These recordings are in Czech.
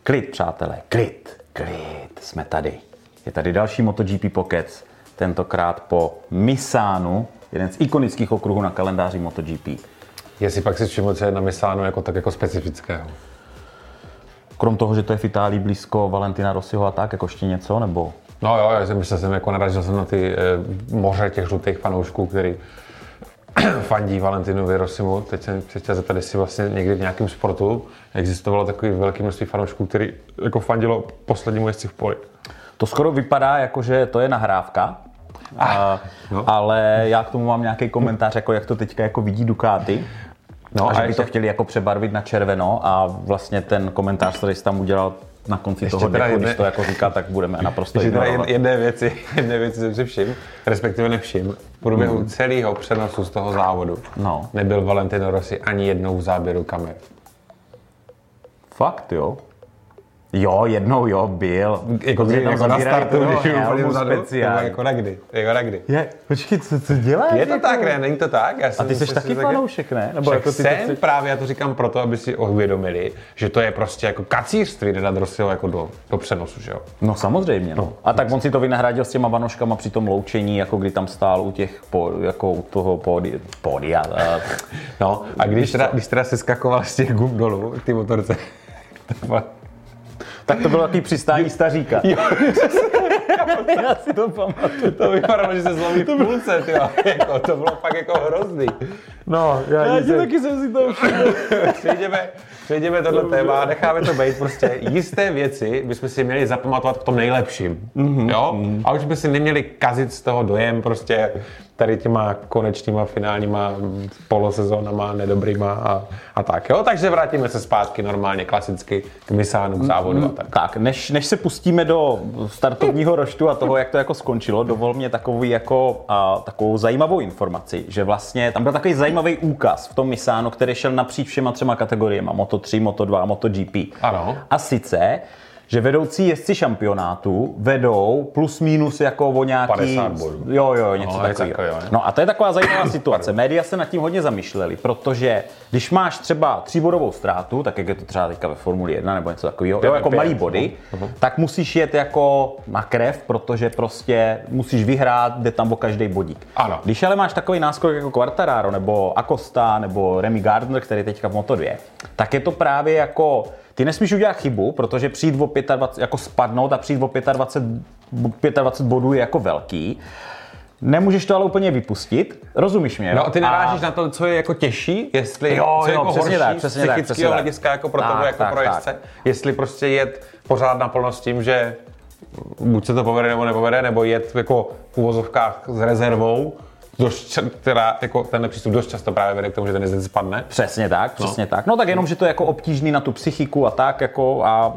Klid, přátelé, klid. Jsme tady. Je tady další MotoGP Pockets, tentokrát po Missánu, jeden z ikonických okruhů na kalendáři MotoGP. Jestli pak si všiml, co je na Missánu jako tak jako specifického. Krom toho, že to je v Itálii blízko Valentina Rossiho a tak, jako ještě něco, nebo? No jo, já jsem myslel, jsem jako narazil jsem na ty moře těch žlutých fanoušků, který fandí Valentinovi Rossimu. Teď jsem se chtěl zeptat, jestli vlastně někdy v nějakém sportu existovalo takový velké množství fanoušků, který jako fandilo poslednímu jezdci v poli. To skoro vypadá jako, že to je nahrávka, no. Ale já k tomu mám nějaký komentář, jako jak to teďka jako vidí Ducati. No, a že by to chtěli jako přebarvit na červeno a vlastně ten komentář, který jsi tam udělal na konci ještě toho dechu, když to jako říká, tak budeme naprosto ignorovat. Jedné věci jsem si všiml, respektive nevšiml. V průběhu celého přenosu z toho závodu nebyl Valentino Rossi ani jednou v záběru kamer. Fakt, jo? Jo, jednou byl. Jako na startu, když je úplně vzadu, jako na kdy. Počkej, co děláš? Je to tak, ne? Není to tak? A ty jsi taky fanoušek, ne? Nebo jako jsem právě, já to říkám proto, aby si uvědomili, že to je prostě jako kacířství nedat Rossiho jako do přenosu, že jo? No samozřejmě, no. A tak on si to vynahradil s těma vanoškama při tom loučení, jako kdy tam stál u těch, jako u toho pódia. No, a když teda se skakoval z těch gum dolů, ty motorce, tak to bylo takový přistání staříka. Jo, já si to pamatuju. To vypadalo, že se zlomí v půlce, tyjo. Jako, to bylo fakt jako hrozný. No, já taky jsem si to všiml. Přejdeme tohle téma, necháme to být. Prostě jisté věci bychom si měli zapamatovat v tom nejlepším. Jo? A už bychom si neměli kazit z toho dojem prostě tady těma konečníma, finálníma polosezónama, nedobrýma a tak. Jo? Takže vrátíme se zpátky normálně, klasicky k Missánu, k závodu a tak. Tak, než se pustíme do startovního roštu a toho, jak to jako skončilo, dovol mě takovou zajímavou informaci, že vlastně tam byl takový zajímavý úkaz v tom Missánu, který šel napříč všema 3 kategoriemi, Moto3, Moto2 a MotoGP. Ano. A sice, že vedoucí jezdci šampionátu vedou plus minus jako o nějaký 50 bodů. Jo, něco takového. No a to je taková zajímavá situace. Média se nad tím hodně zamýšleli, protože když máš třeba 3bodovou ztrátu, tak jak je to třeba teďka ve Formuli 1 nebo něco takového, jako malý body, tak musíš jet jako na krev, protože prostě musíš vyhrát, jde tam o každý bodík. Ano. Když ale máš takový náskok jako Quartararo nebo Acosta nebo Remy Gardner, který teďka v Moto2, tak je to právě jako ty nesmíš udělat chybu, protože přijít o 25, jako spadnout a přijít o 25 bodů je jako velký. Nemůžeš to ale úplně vypustit, rozumíš mě? No, ty narážíš na to, co je jako těžší, jestli co je jako horší z psychického hlediska jako pro tebe jako pro jezdce, jestli prostě jet pořád naplno s tím, že buď se to povede nebo nepovede, nebo jet jako v uvozovkách s rezervou, která jako tenhle přístup dost často právě vede k tomu, že ten jezdec spadne. Přesně tak. No tak jenom, že to je jako obtížný na tu psychiku a tak jako a...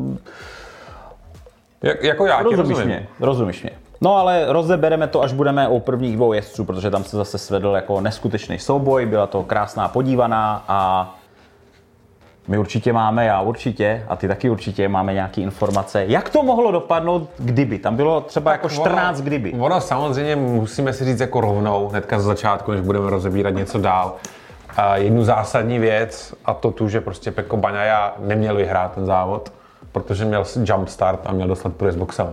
Jako já Rozumíš mě. No ale rozebereme to, až budeme u prvních 2 jezdců, protože tam se zase svedl jako neskutečný souboj, byla to krásná podívaná a my určitě máme, já určitě a ty taky určitě máme nějaké informace. Jak to mohlo dopadnout, kdyby? Tam bylo třeba tak jako 14 kdyby. Ono samozřejmě musíme si říct jako rovnou, hnedka z začátku, než budeme rozebírat něco dál. Jednu zásadní věc a to tu, že prostě Pecco Bagnaia neměl vyhrát ten závod, protože měl jump start a měl dostat průjezd boxem.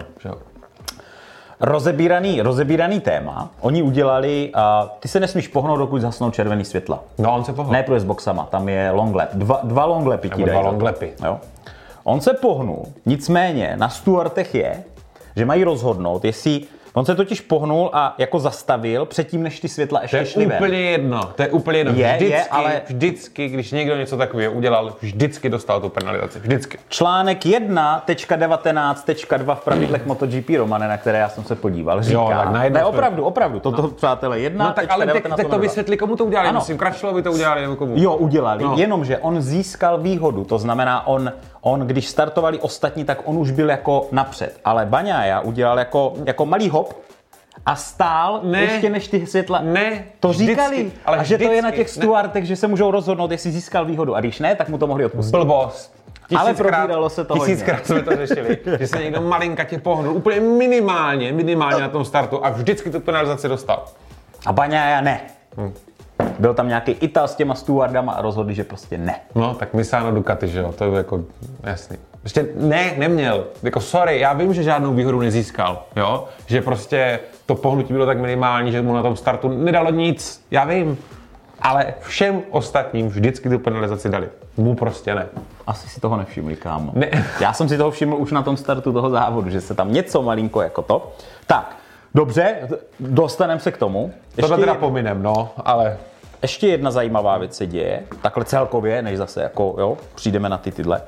Rozebíraný téma. Oni udělali, ty se nesmíš pohnout, dokud zhasnou červený světla. No, on se pohnul. Ne průjezd boxama, tam je long lap. Dva long lapy ti dají. 2 long lapy. Jo. On se pohnul, nicméně na Stewartech je, že mají rozhodnout, jestli... On se totiž pohnul a jako zastavil předtím, než ty světla ještě šly ven. To je úplně jedno. Vždycky, když někdo něco takového udělal, vždycky dostal tu penalizaci. Vždycky. Článek 1.19.2 v pravidlech MotoGP, Romane, na které já jsem se podíval, říká. Jo, tak ne, opravdu. Toto, přátelé, 1.19.2. No tak ale tak to vysvětli, komu to udělali. Myslím, Crutchlovi to udělali nebo komu. Jo, udělali. No. Jenomže on získal výhodu, to znamená, on, když startovali ostatní, tak on už byl jako napřed. Ale Bagnaia udělal jako malý hop a stál ještě než ty světla. Ne, to vždycky, říkali. Ale a že to je na těch Stewartech, že se můžou rozhodnout, jestli získal výhodu. A když ne, tak mu to mohli odpustit. Blbost. Ale probíralo se to hodně. 1000krát jsme to řešili, že se někdo malinkatě pohnul, úplně minimálně na tom startu a vždycky tu penalizaci dostal. A Bagnaia ne. byl tam nějaký Ital s těma stewardama a rozhodli, že prostě ne. No, tak Misano Ducati, že jo, to je jako jasný. Prostě neměl, jako sorry, já vím, že žádnou výhodu nezískal, jo, že prostě to pohnutí bylo tak minimální, že mu na tom startu nedalo nic, já vím, ale všem ostatním vždycky tu penalizaci dali, mu prostě ne. Asi si toho nevšimli, kámo. Ne. Já jsem si toho všiml už na tom startu toho závodu, že se tam něco malinko jako to. Tak, dobře, dostaneme se k tomu. Tohle teda pominem, no, ale... Ještě jedna zajímavá věc se děje, takhle celkově, než zase jako, jo, přijdeme na ty tyhle.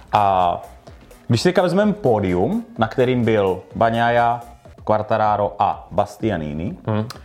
A když si teďka vezmeme pódium, na kterým byl Bagnaia, Quartararo a Bastianini,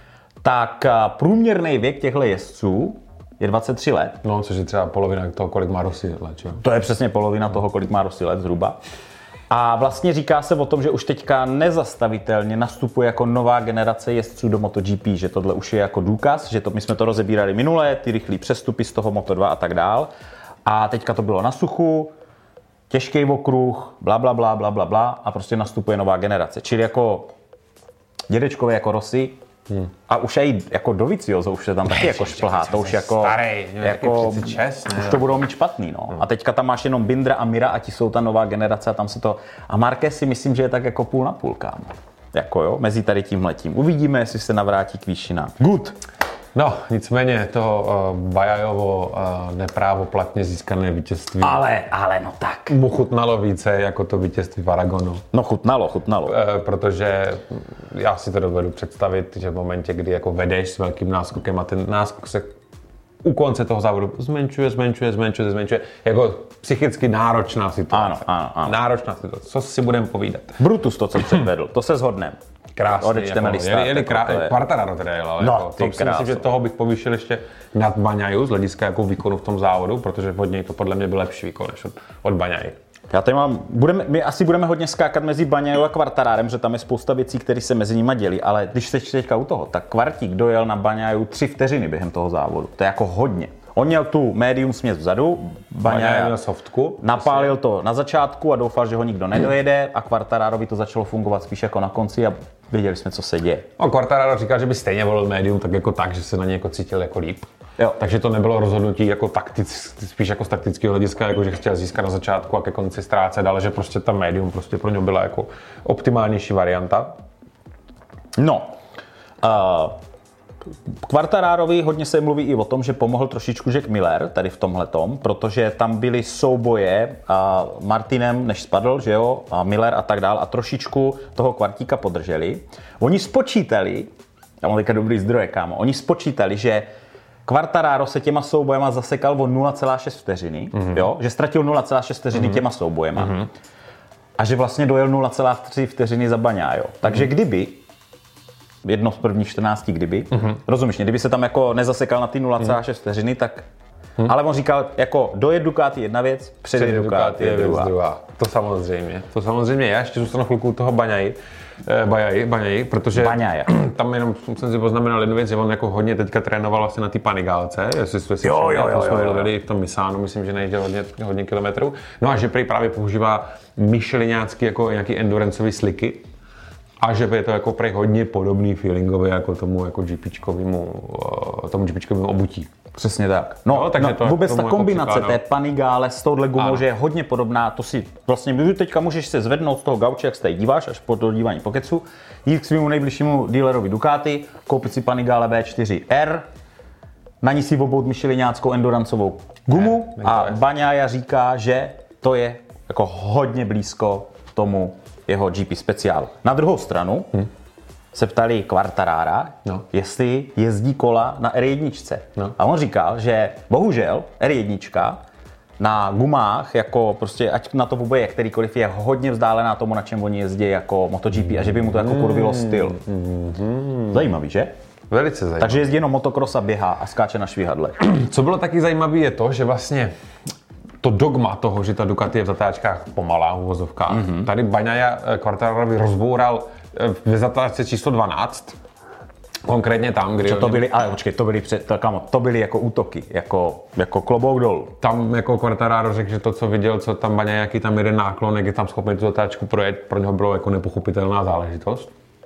tak průměrný věk těchto jezdců je 23 let. No, což je třeba polovina toho, kolik má Rossi let, jo? To je přesně polovina toho, kolik má Rossi let zhruba. A vlastně říká se o tom, že už teďka nezastavitelně nastupuje jako nová generace jezdců do MotoGP, že tohle už je jako důkaz, že to, my jsme to rozebírali minule, ty rychlý přestupy z toho Moto2 a tak dál. A teďka to bylo na suchu, těžký okruh, bla, bla, bla, bla, bla, bla a prostě nastupuje nová generace. Čili jako dědečkové jako Rossi a už i jako Dovizioso už se tam taky jako šplhá, to už jako, starý, jako už to budou mít špatný, no. A teďka tam máš jenom Bindra a Mira a ti jsou ta nová generace a tam se to, a Marquez si myslím, že je tak jako půl na půl, kámo. Jako jo, mezi tady tímhletím. Uvidíme, jestli se navrátí k výšinám. Good. No, nicméně to Bagnaiovo neprávoplatně získané vítězství. Ale no tak. Mu chutnalo více jako to vítězství v Aragonu. No chutnalo. Protože já si to dovedu představit, že v momentě, kdy jako vedeš s velkým náskokem a ten náskok se u konce toho závodu zmenšuje, jako psychicky náročná situace. Ano. Náročná situace, co si budeme povídat. Brutus to, co předvedl, to se shodneme. Krásný, odečteme jako, Quartararo teda jel, ale no, jako, to si myslím, že toho bych povýšil ještě nad Bagnaiu z hlediska jako výkonu v tom závodu, protože od něj to podle mě byl lepší výkon než od Bagnai. Já tady mám, my asi budeme hodně skákat mezi Bagnaiou a Quartararem, že tam je spousta věcí, které se mezi nimi dělí, ale když jste teďka u toho, tak Quartík dojel na Bagnaiu 3 vteřiny během toho závodu, to je jako hodně. On měl tu medium směs vzadu, Bagnaia měl softku, napálil to na začátku a doufal, že ho nikdo nedojede a Quartararovi to začalo fungovat spíš jako na konci a věděli jsme, co se děje. No, Quartararo říkal, že by stejně volil medium tak, že se na něj jako cítil jako líp. Jo. Takže to nebylo rozhodnutí jako spíš jako z taktického hlediska, jako že chtěl získat na začátku a ke konci ztrácet, ale že prostě ta medium prostě pro něj byla jako optimálnější varianta. No, Quartararovi hodně se mluví i o tom, že pomohl trošičku Jack Miller tady v tomhletom, protože tam byly souboje a Martinem, než spadl, že jo, a Miller a tak dál a trošičku toho Quartíka podrželi. Oni spočítali, já mám teďka dobrý zdroje, kámo, oni spočítali, že Quartararo se těma soubojema zasekal o 0,6 vteřiny, jo, že ztratil 0,6 vteřiny těma soubojema a že vlastně dojel 0,3 vteřiny za Bagnaia. Takže kdyby jedno z prvních 14, rozumíš mě, kdyby se tam jako nezasekal na ty 0,6 vteřiny, tak... Ale on říkal, jako dojet Ducati jedna věc, předjet Ducati je druhá. To samozřejmě, já ještě zůstanu chvilku u toho Bagnai, protože tam jenom jsem si poznamenal jednu věc, že on jako hodně teďka trénoval vlastně na té Panigálce, jestli jsme si v tom Misano, myslím, že nejezdil hodně kilometrů. No a že právě používá myšeliňácky jako nějaký enduranceový sliky. A že je to jako prej hodně podobný feelingově jako tomu jako GPčkovému obutí. Přesně tak. No, takže to vůbec ta kombinace té Panigale s touhle gumou, že je hodně podobná, to si vlastně teďka můžeš se zvednout z toho gauče, jak se tady díváš, až po dodívání pokecu, jít k svému nejbližšímu dealerovi Ducati, koupit si Panigale V4R, na ní si obout myšeliňáckou enduranceovou gumu a Bagnaia říká, že to je jako hodně blízko tomu jeho GP speciálu. Na druhou stranu se ptali Quartarara, jestli jezdí kola na R1. A on říkal, že bohužel R1 na gumách, jako prostě, ať na to vůbec je kterýkoliv, je hodně vzdálená tomu, na čem oni jezdí jako MotoGP a že by mu to jako kurvilo styl. Zajímavý, že? Velice zajímavý. Takže jezdí jenom motocross a běhá a skáče na švihadle. Co bylo taky zajímavé je to, že vlastně to dogma toho, že ta Ducati je v zatáčkách pomalá v uvozovkách. Tady Bagnaia Quartararovi rozboural ve zatáčce číslo 12. Konkrétně tam, kde... to byly, ale počkej, to byly jako útoky, jako klobouk dolů. Tam jako Quartararo řekl, že to, co viděl, co tam Bagnaia, jaký tam jeden náklon, jak je tam schopný tu zatáčku projet, pro něho bylo jako nepochopitelná záležitost.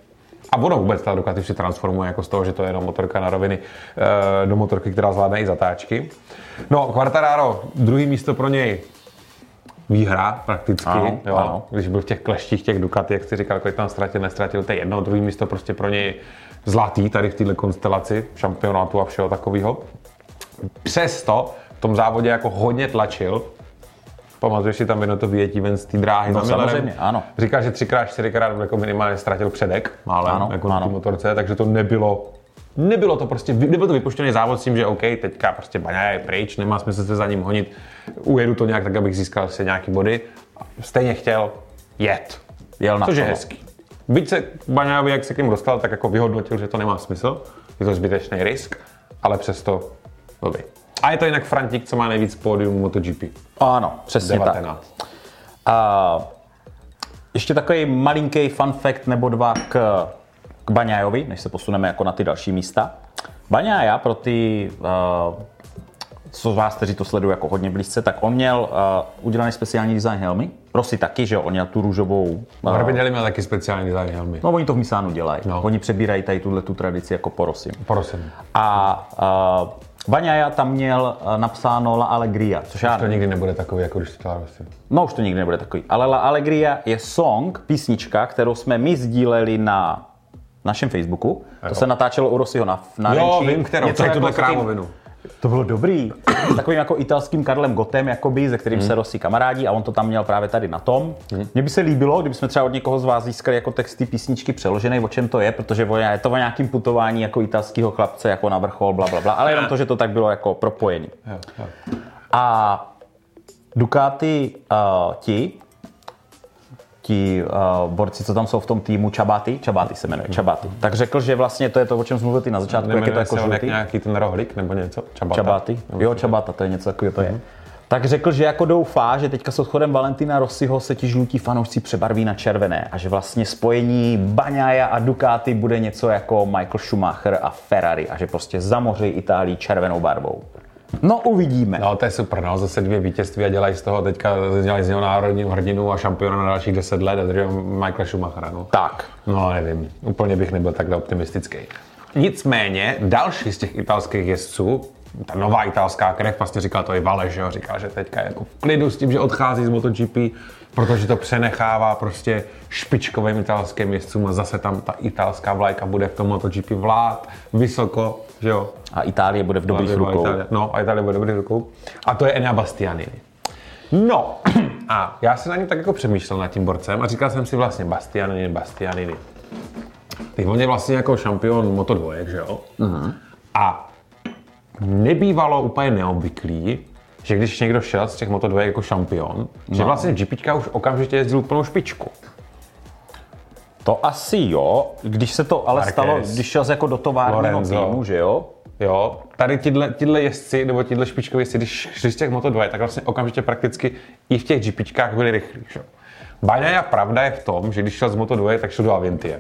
A ono vůbec ta Ducati se transformuje jako z toho, že to je jenom motorka na roviny, do motorky, která zvládne i zatáčky. No, Quartararo, druhý místo pro něj. Výhra prakticky, ano, jo. Ano. Když byl v těch kleštích těch Ducati, jak jsi říkal, kolik tam nestratil, to je jedno, druhý místo prostě pro něj zlatý tady v této konstelaci šampionátu a všeho takového. Přesto v tom závodě jako hodně tlačil. Pamatuješ si tam jedno to vyjetí ven z té dráhy No, za Millerem? samozřejmě, ano. Říkal, že 3x, 4x jako minimálně ztratil předek, málem, Ano, jako ano. na té motorce, takže to nebylo to prostě, nebyl to vypuštěný závod s tím, že OK, teďka prostě Bagnaia je pryč, nemá smysl se za ním honit, ujedu to nějak tak, abych získal si nějaký body. Stejně chtěl jet, Jel na což je to. hezký. Byť se Bagnaiovi, jak se k němu dostal, tak jako vyhodnotil, že to nemá smysl, je to zbytečný risk, ale přesto dobrý. A je to jinak Frantík, co má nejvíc pódium MotoGP. Ano, přesně 19. tak. A ještě takový malinký fun fact nebo dva k Bagnaiovi, než se posuneme jako na ty další místa. Bagnaia pro ty, co z vás, kteří to sledují jako hodně blízce, tak on měl udělaný speciální design helmy. Rossi taky, že jo, on měl tu růžovou. Morbidelli měl taky speciální design helmy. No, oni to v Missánu dělají. No. Oni přebírají tady tu tradici jako po Rossim. Prosím. A Bagnaia tam měl napsáno La Alegria, což já To nikdy nebude takový, jako když to dělá Rossi. No, už to nikdy nebude takový. Ale La Alegria je song, písnička, kterou jsme my sdíleli na našem Facebooku. To se natáčelo u Rossiho na Jo, Renči. vím, kterou, Něco to je tuhle s takovým- krávovinu. To bylo dobrý. S takovým jako italským Karlem Gottem, jakoby, se kterým se Rossi kamarádí a on to tam měl právě tady na tom. Mně by se líbilo, kdybychom třeba od někoho z vás získali jako texty písničky přeložený, o čem to je, protože je to o nějakým putování jako italského chlapce jako na vrchol, bla, bla, bla, ale jenom to, že to tak bylo jako propojený. Jo. A Ducati ti borci, co tam jsou v tom týmu, Čabáty se jmenuje, Čabáty. Tak řekl, že vlastně to je to, o čem jsme mluvili ty na začátku, jak je to jako žlutý. nějaký ten rohlík nebo něco? Čabáty. Jo, Čabáta, to je něco takového, to je. Tak řekl, že jako doufá, že teďka s odchodem Valentina Rossiho se ti žlutí fanoušci přebarví na červené a že vlastně spojení Bagnaia a Ducati bude něco jako Michael Schumacher a Ferrari a že prostě zamoří Itálii červenou barvou. No, uvidíme. No, to je super, no, zase 2 vítězství a dělají z toho teďka, dělají z něho národní hrdinu a šampiona na dalších 10 let a drží Michaela Schumachera, no. Tak. No, nevím, úplně bych nebyl takhle optimistický. Nicméně, další z těch italských jezdců, ta nová italská krev, vlastně říkal to i Valeš, že jo, říkal, že teďka je jako v klidu s tím, že odchází z MotoGP, protože to přenechává prostě špičkovým italským jezdcům a zase tam ta italská vlajka bude v tom MotoGP vlád vysoko, že jo. A Itálie bude v dobrých rukou. No, a Itálie bude v dobrých rukou. A to je Enea Bastianini. No, a já jsem na něm tak jako přemýšlel nad tím borcem a říkal jsem si vlastně Bastianini. Teď on je vlastně jako šampion Moto2, že jo? A nebývalo úplně neobvyklý, že když někdo šel z těch Moto2 jako šampion, že vlastně GPčka už okamžitě jezdil úplnou špičku. To asi jo, když se to ale Marquez, stalo, když šel jako do továrního Lorenzo. týmu, že jo? Jo, tady tyhle jezdci, nebo tyhle špičkoví jezdci, když šli z těch Moto2, tak vlastně okamžitě prakticky i v těch GPčkách byli rychlí. Bagnaia pravda je v tom, že když šel z Moto2, tak šel do Avintie.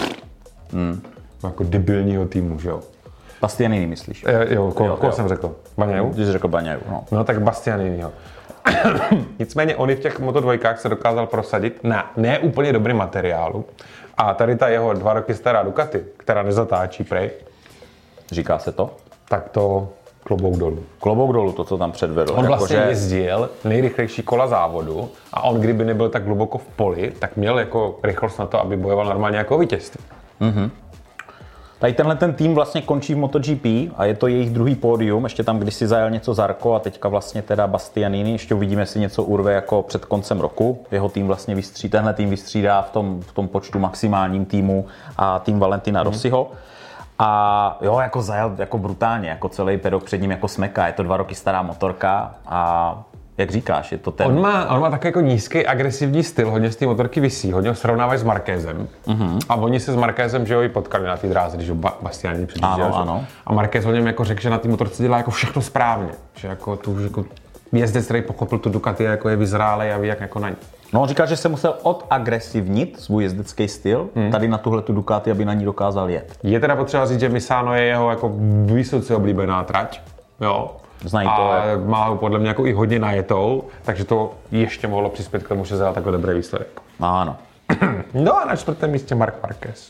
Jako debilního týmu, že jo. Bastianini myslíš? Jo, koho jsem řekl? Bagnaia? Když jsi řekl Bagnaia, no. No tak Bastianiniho. Nicméně on i v těch Moto2 se dokázal prosadit na ne úplně dobrý materiálu. A tady ta jeho 2 roky stará Ducati, která nezatáčí prej, Říká se to? tak to klobouk dolů. Klobouk dolů, to, co tam předvedl. On vlastně Jakože- jezdil nejrychlejší kola závodu a on, kdyby nebyl tak hluboko v poli, tak měl jako rychlost na to, aby bojoval normálně jako vítězství. Tady tenhle ten tým vlastně končí v MotoGP a je to jejich druhý pódium, ještě tam kdysi zajel něco Zarco a teďka vlastně teda Bastianini, ještě uvidíme, jestli něco urve jako před koncem roku. Jeho tým vlastně tenhle tým vystřídá v tom počtu maximálním týmu a tým Valentina Rossiho. A jo, jako zajel jako brutálně, jako celý pedok před ním jako smeka, je to 2 roky stará motorka a jak říkáš, je to ten... On má takový jako nízký, agresivní styl, hodně z té motorky visí, hodně ho srovnávají s Marquezem. A oni se s Marquezem, že jo, i potkali na té dráze, když ho Bastianini předjížděl. Ano. A Marquez o něm jako řekl, že na té motorce dělá jako všechno správně. Že jako tu jako jezdec, který pochopil tu Ducati, jako je vyzrálej a ví, jak jako na ní. No, on říkal, že se musel odagresivnit svůj jezdecký styl tady na tuhle tu Ducati, aby na ní dokázal jet. Je teda potřeba říct, že Misano je jeho jako vysoce oblíbená trať. Jo. Znají to, a má ho podle mě jako i hodně najetou, takže to ještě mohlo přispět k tomu, že zajel takhle dobrý výsledek. Ano. No a na 4. místě Marc Marquez.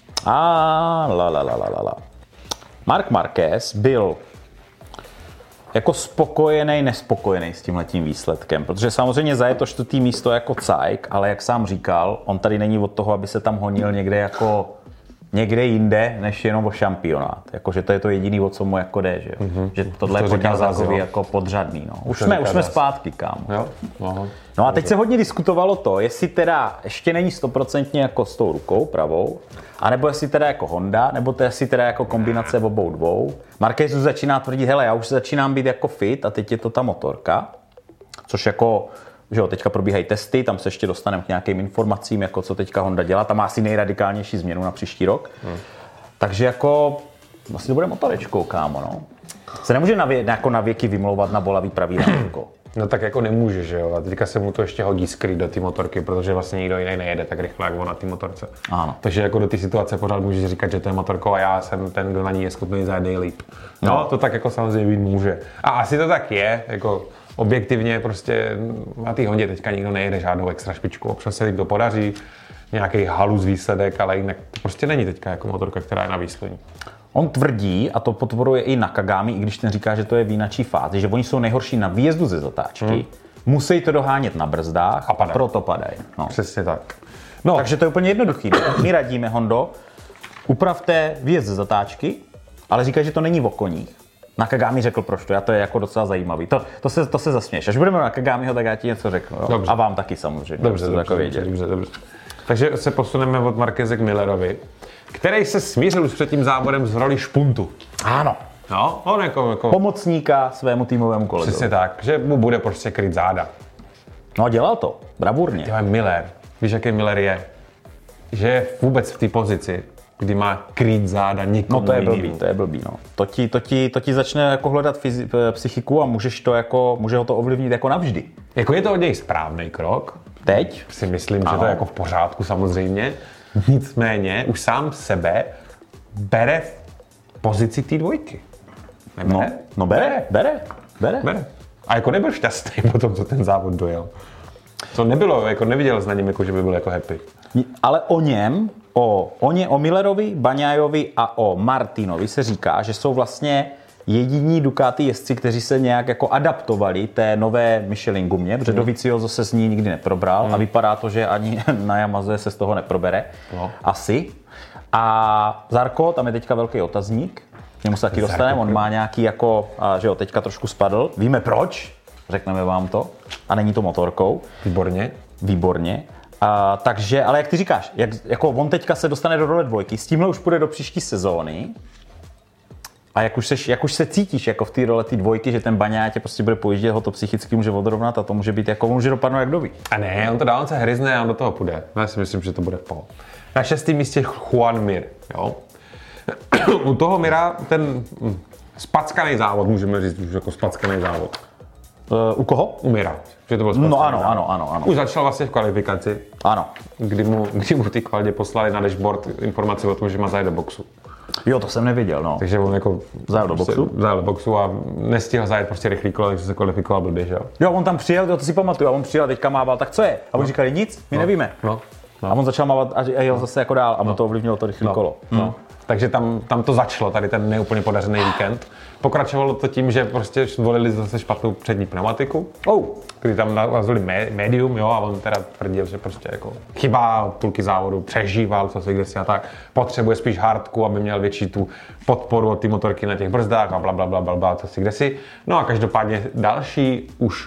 Marc Marquez byl jako spokojený, nespokojený s tímhletím výsledkem, protože samozřejmě zajet to 4. místo jako cajk, ale jak sám říkal, on tady není od toho, aby se tam honil někde jinde, než jenom o šampionát. Jakože to je to jediný, o co mu jako jde, že, že tohle je podňázákový jako podřadný. No. Už jsme zpátky, kámo. Jo? No a teď se hodně diskutovalo to, jestli teda ještě není 100% jako s tou rukou pravou, anebo jestli teda jako Honda, nebo to jestli teda jako kombinace obou dvou. Marquez už začíná tvrdit, hele, já už začínám být jako fit a teď je to ta motorka, což jako, že jo, teďka probíhají testy, tam se ještě dostaneme k nějakým informacím, jako co teďka Honda dělá, tam má asi nejradikálnější změnu na příští rok. Takže jako, vlastně to bude motorečkou, kámo, no. Se nemůže na věky vymlouvat na bolavý pravý ramínko. No tak jako nemůže, že jo, a teďka se mu to ještě hodí skrýt do té motorky, protože vlastně nikdo jiný nejede tak rychle, jak on na té motorce. Ano. Takže jako do té situace pořád můžeš říkat, že to je motorkou a já jsem ten, kdo na ní je schopný zajet nejlíp. No, to tak jako samozřejmě být může. A asi to tak je, jako objektivně prostě na té Hondě teďka nikdo nejede žádnou extra špičku, občas se to podaří, nějaký halus výsledek, ale jinak to prostě není teďka jako motorka, která je na výslední. On tvrdí, a to podporuje i Nakagami, i když ten říká, že to je výjinačí fáze, že oni jsou nejhorší na výjezdu ze zatáčky, musí to dohánět na brzdách a proto padají. No. Přesně tak. No. Takže to je úplně jednoduchý. My radíme, Hondo, upravte výjezd ze zatáčky, ale říkají, že to není o koních. Nakagami řekl, proč to, a to je jako docela zajímavý. To se zasměješ. Až budeme Nakagamiho, tak já ti něco řeknu. A vám taky samozřejmě. Dobře. Takže se posuneme od Marqueze k Millerovi, který se smířil už před tím závodem z roli špuntu. Ano. No, on jako pomocníka svému týmovému kolegovi. Přesně tak, že mu bude prostě kryt záda. No a dělal to, bravurně. Tyhle Miller, víš, jaký Miller je? Že je vůbec v té pozici, kdy má kryt záda někomu. No to je blbý, no. To ti začne jako hledat psychiku a může ho to ovlivnit jako navždy. Jako je to od něj správný krok. Teď? Si myslím, že to je jako v pořádku samozřejmě. Nicméně už sám sebe bere v pozici té dvojky. Nebere? No bere. A jako nebyl šťastný po tom, co ten závod dojel. To nebylo, jako neviděl s na něm, jako, že by byl jako happy. Ale o Millerovi, Bagnaiovi a o Martinovi se říká, že jsou vlastně jediní Ducati jezdci, kteří se nějak jako adaptovali té nové Michelin gumě, protože Dovizioso se z ní nikdy neprobral a vypadá to, že ani na Yamaze se z toho neprobere. No. Asi. A Zarco, tam je teďka velký otazník, k němu se taky dostaneme, on má nějaký jako, že jo, teďka trošku spadl. Víme proč, řekneme vám to, a není to motorkou. Výborně. Takže, ale jak ty říkáš, jako on teďka se dostane do role dvojky, s tímhle už půjde do příští sezóny. A jak už se cítíš jako v té role té dvojky, že ten Bagnaia tě prostě bude pojíždět, ho to psychicky může odrovnat a to může být jako, může dopadnout jak doví. A ne, on to dá, on se hryzne a on do toho půjde. Já si myslím, že to bude v pohodě. Na 6. místě Juan Mir, jo. U toho Mira ten spackaný závod, můžeme říct už jako spackaný závod. U koho? U Mira. Že to byl no ano. Už začal vlastně v kvalifikaci. Ano. Kdy mu ty kvaldě poslali na dashboard informaci o tom, že má zajet do boxu. Jo, to jsem neviděl, no. Takže on jako zajel do boxu a nestihl zajet prostě rychlý kolo, takže se kvalifikoval blbě, že jo. Jo, on tam přijel, to si pamatuju, a on přijel, teďka mával, tak co je? A oni říkali nic, my nevíme. No. A on začal mávat a jel zase jako dál a mu to ovlivnilo to rychlé kolo. Takže tam to začalo, tady ten neúplně podařený víkend. Pokračovalo to tím, že prostě volili zase špatnou přední pneumatiku, který tam nazvali medium, jo, a on teda tvrdil, že prostě jako chyba půlky závodu, přežíval, co se kdesi a tak, potřebuje spíš hardku, aby měl větší tu podporu od té motorky na těch brzdách a blablabla, co si kdesi. No a každopádně další už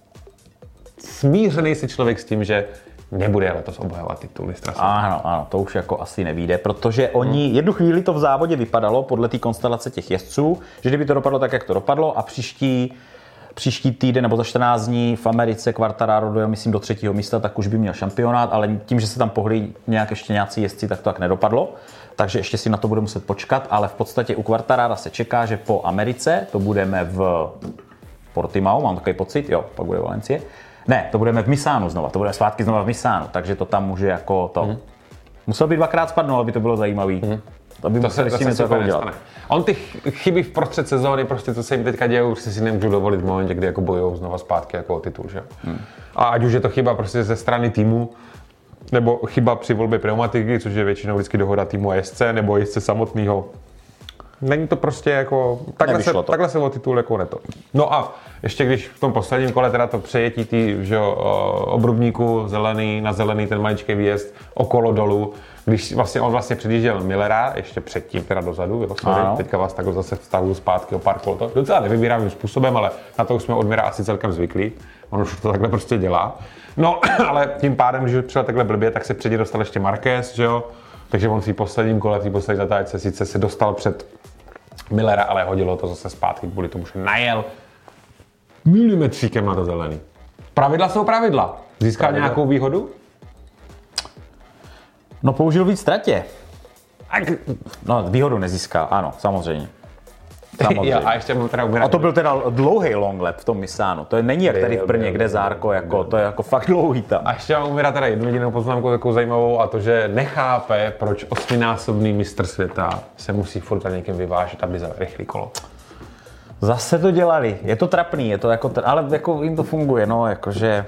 smířený si člověk s tím, že nebude letos obhajovat titul mistra světa. Ano, to už jako asi nevyjde, protože oni jednu chvíli to v závodě vypadalo podle té konstelace těch jezdců, že kdyby to dopadlo tak, jak to dopadlo a příští týden nebo za 14 dní v Americe Quartararo dojel, myslím, do 3. místa, tak už by měl šampionát, ale tím, že se tam pohli ještě nějací jezdci, tak to tak nedopadlo. Takže ještě si na to bude muset počkat, ale v podstatě u Quartarara se čeká, že po Americe, to budeme v Portimao, mám takový pocit, jo, pak bude Valencie. Ne, to budeme v Missánu znova, to bude svátky znova v Missánu, takže to tam může jako to. Musel by dvakrát spadnout, aby to bylo zajímavý. To se nestane. On ty chyby v prostřed sezóny, prostě to se jim teďka děje, už si nemůžu dovolit v momentě, kdy jako bojujou znova zpátky jako o titul, že? A ať už je to chyba prostě ze strany týmu, nebo chyba při volbě pneumatiky, což je většinou vždycky dohoda týmu a jezdce, nebo jezdce samotného. Není to prostě jako, takhle se o titul jako neto. No a ještě když v tom posledním kole teda to přejetí obrubníku zelený, na zelený ten maličký výjezd okolo dolů, když vlastně on předjížděl Millera, ještě předtím teda dozadu, jo, sorry, teďka vás takhle zase vstavuju zpátky o pár kol, to docela nevybírávým způsobem, ale na to už jsme od Mira asi celkem zvyklí, on už to takhle prostě dělá. No, ale tím pádem, když přijel takhle blbě, tak se předě dostal ještě Marquez, že jo, takže on v posledním kole, v poslední zatáčce sice se dostal před Millera, ale hodilo to zase zpátky kvůli tomu, že najel milimetříkem na to zelený. Pravidla jsou pravidla. Získal nějakou výhodu? No použil víc tratě. No výhodu nezískal, ano, samozřejmě. Jo, a ještě mám teda A to byl teda dlouhý long lap v tom Missánu. To není jak tady v Brně, kde Zárko, jako, to je jako fakt dlouhý tam. A ještě mám umírat teda jednu jedinou poznámku takovou zajímavou a to, že nechápe, proč 8násobný mistr světa se musí furt za někým vyvážet, aby za rychlý kolo. Zase to dělali, je to trapný, je to jako, ale jako jim to funguje, no, jakože,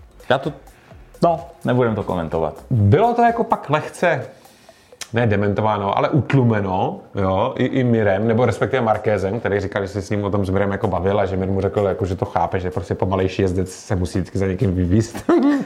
nebudem to komentovat. Bylo to jako pak lehce, ne dementováno, ale utlumeno, jo, i Mirem, nebo respektive Markézem, který říkal, že se s ním o tom s Mirem jako bavil a že Mir mu řekl, jako, že to chápe, že prostě pomalejší jezdec se musí vždycky za někým vyvízt.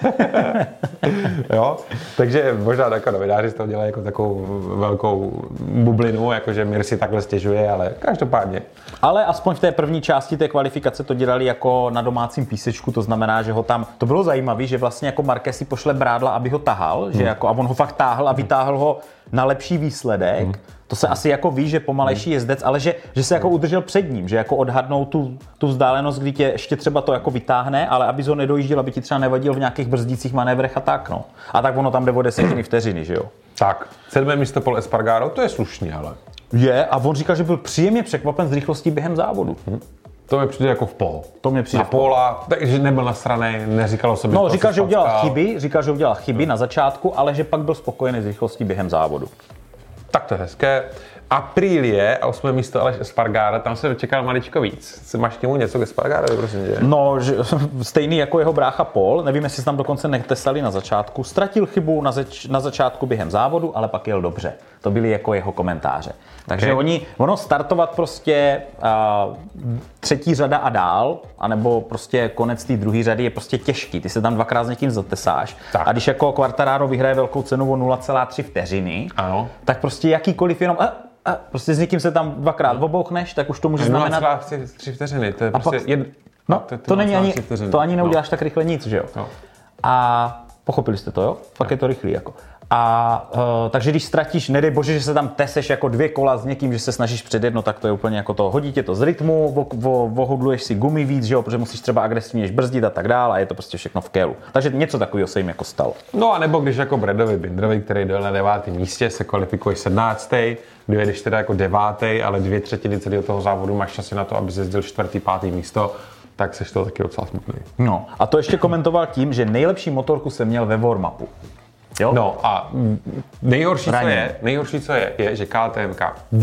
Jo, takže možná jako novináři z toho dělají jako takovou velkou bublinu, jakože Mir si takhle stěžuje, ale každopádně. Ale aspoň v té první části té kvalifikace to dělali jako na domácím písečku, to znamená, že ho tam, to bylo zajímavé, že vlastně jako Marquez si pošle Brádla, aby ho tahal, že jako, a on ho fakt táhl a vytáhl ho na lepší výsledek. To se asi jako ví, že pomalejší jezdec, ale že se jako udržel před ním, že jako odhadnou tu vzdálenost, kdy tě ještě třeba to jako vytáhne, ale abys ho nedojížděl, aby ti třeba nevadil v nějakých brzdících manévrech a tak, no. A tak ono tam jde o desetiny vteřiny, že jo. Tak, 7. místo Pol Espargaro, to je slušný, ale. Je, a on říkal, že byl příjemně překvapen z rychlostí během závodu. To mi přijde jako v pol. To mě přijde na Pola, takže nebyl nasranej, neříkalo se mi. No, říkal, že udělal chyby na začátku, ale že pak byl spokojený z rychlostí během závodu. Tak to je hezké. Aprilie a 8. místo Aleš Espargaro, tam se dočekal maličko víc. Máš k němu něco k Espargarovi, prosím tě? No, stejný jako jeho brácha Paul, nevím, jestli se tam dokonce netesali na začátku, ztratil chybu na začátku během závodu, ale pak jel dobře. To byly jako jeho komentáře. Takže ono startovat prostě třetí řada a dál, anebo prostě konec té druhé řady je prostě těžký. Ty se tam dvakrát s někým zatesáš. Tak. A když jako Quartararo vyhraje velkou cenu o 0,3 vteřiny, ano, tak prostě jakýkoliv jenom prostě s někým se tam dvakrát obouchneš, tak už to může znamenat 0,3 vteřiny, to je prostě to není ani, to ani neuděláš tak rychle nic, že jo? No. A pochopili jste to, jo? Fakt je to rychlý jako. Takže když ztratíš, nedej bože, že se tam teseš jako 2 kola s někým, že se snažíš předjet, no tak to je úplně jako to, hodí tě to z rytmu, vohodluješ si gumy víc, že jo, protože musíš třeba agresivněji brzdit a tak dále a je to prostě všechno v kélu. Takže něco takového se jim jako stalo. No a nebo když jako Bradovi Binderovi, který dojel na 9. místě, se kvalifikuješ 17. Dojedeš teda jako 9., ale 2/3 celého toho závodu máš časy na to, aby jezdil 4., 5. místo, tak seš to taky docela smutný. No a to ještě komentoval tím, že nejlepší motorku jsem měl ve warm-upu. Jo? No a nejhorší, co je, že KTM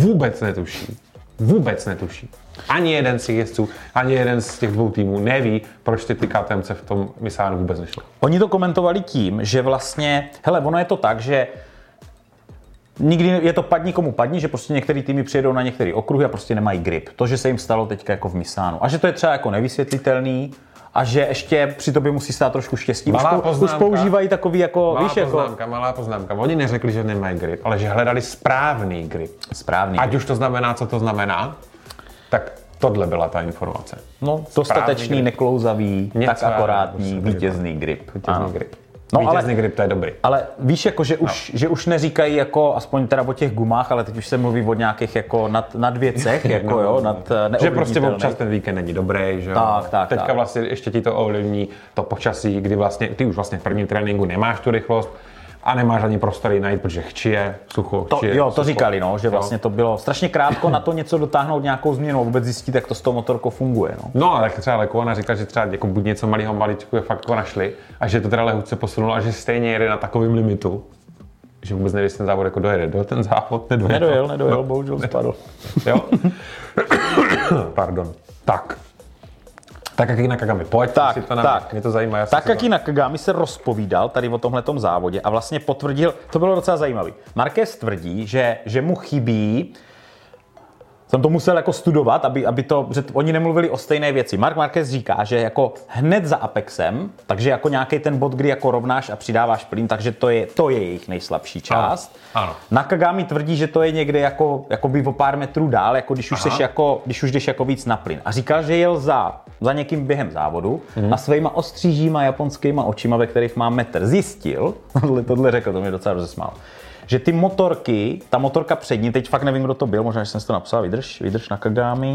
vůbec netuší. Ani jeden z těch jezdců, ani jeden z těch 2 týmů neví, proč ty KTMce v tom Missánu vůbec nešlo. Oni to komentovali tím, že vlastně, hele, ono je to tak, že nikdy je to padni komu padni, že prostě některý týmy přijedou na některé okruhy a prostě nemají grip. To, že se jim stalo teďka jako v Missánu. A že to je třeba jako nevysvětlitelný, a že ještě při tobě musí stát trošku štěstí. Už používají takový jako, Malá poznámka. Oni neřekli, že nemají grip, ale že hledali správný grip. Ať už to znamená, co to znamená, tak tohle byla ta informace. No, dostatečný, neklouzavý, tak akorátní, vítězný grip. No, vítězný grip, to je dobrý. Ale víš, jako, že už neříkají jako, aspoň teda o těch gumách, ale teď už se mluví o nějakých jako nad věcech, jako jo, nad že prostě občas ten víkend není dobrý, že jo. Teďka vlastně ještě ti to ovlivní to počasí, kdy vlastně ty už vlastně v prvním tréninku nemáš tu rychlost a nemáš ani prostory najít, protože chčije, sucho. To říkali, no, že vlastně to bylo strašně krátko na to něco dotáhnout nějakou změnu, vůbec zjistit, jak to s tou motorkou funguje. No, tak třeba Lecuona říká, že třeba jako buď něco malého maličku je fakt našli a že to teda lehutce posunulo a že stejně jede na takovém limitu, že vůbec neví, jestli ten závod jako dojede. Do ten závod nedojel, bohužel spadl. Jo? Pardon. Tak Takaki Nakagami, pojď, Tak, si to tak. mě to zajímá. Takaki Nakagami se rozpovídal tady o tomhletom závodě a vlastně potvrdil, to bylo docela zajímavé. Marquez tvrdí, že mu chybí, jsem to musel jako studovat, aby to, že oni nemluvili o stejné věci. Marc Marquez říká, že jako hned za Apexem, takže jako nějaký ten bod, kdy jako rovnáš a přidáváš plyn, takže to je jejich nejslabší část. Ano. Nakagami tvrdí, že to je někde jako by o pár metrů dál, jako když už jdeš jako víc na plyn. A říkal, že jel za někým během závodu a svýma ostřížíma japonskýma očima, ve kterých má metr, zjistil, tohle řekl, to mě docela rozesmál, že ty motorky, ta motorka přední, teď fakt nevím, kdo to byl, možná, že jsem si to napsal, vydrž Nakagami,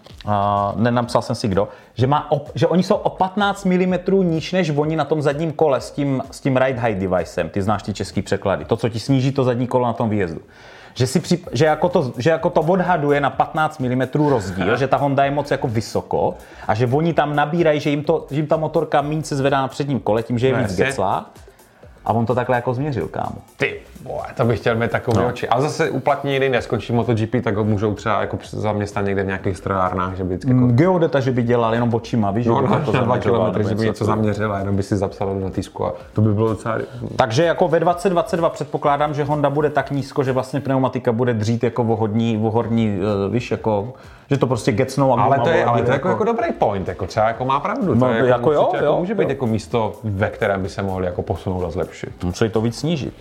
nenapsal jsem si kdo, že oni jsou o 15 mm níž než oni na tom zadním kole s tím ride height devicem, ty znáš ty český překlady, to, co ti sníží to zadní kolo na tom výjezdu. Že jako to odhaduje na 15 mm rozdíl, že ta Honda je moc jako vysoko a že oni tam nabírají, že jim ta motorka méně se zvedá na předním kole tím, že je víc geclá. A on to takhle jako změřil, kámo. Ty, to bych chtěl mít takové oči. Ale zase uplatní někdy neskončí MotoGP, tak ho můžou třeba jako zaměstnat někde v nějakých strojárnách, že by vždycky jako... Geodeta, že by dělal jenom očima, víš, no, že by to na 2 kilometry, že by něco něco zaměřil a jenom by si zapsal na týsku a to by bylo docela... Takže jako ve 2022 předpokládám, že Honda bude tak nízko, že vlastně pneumatika bude dřít jako vohorní, víš, jako... Že to prostě gecnou a ale to je jako dobrý point, jako třeba jako má pravdu. No, to je jako jo, může být jako místo, ve kterém by se mohli jako posunout a zlepšit. Musí to víc snížit.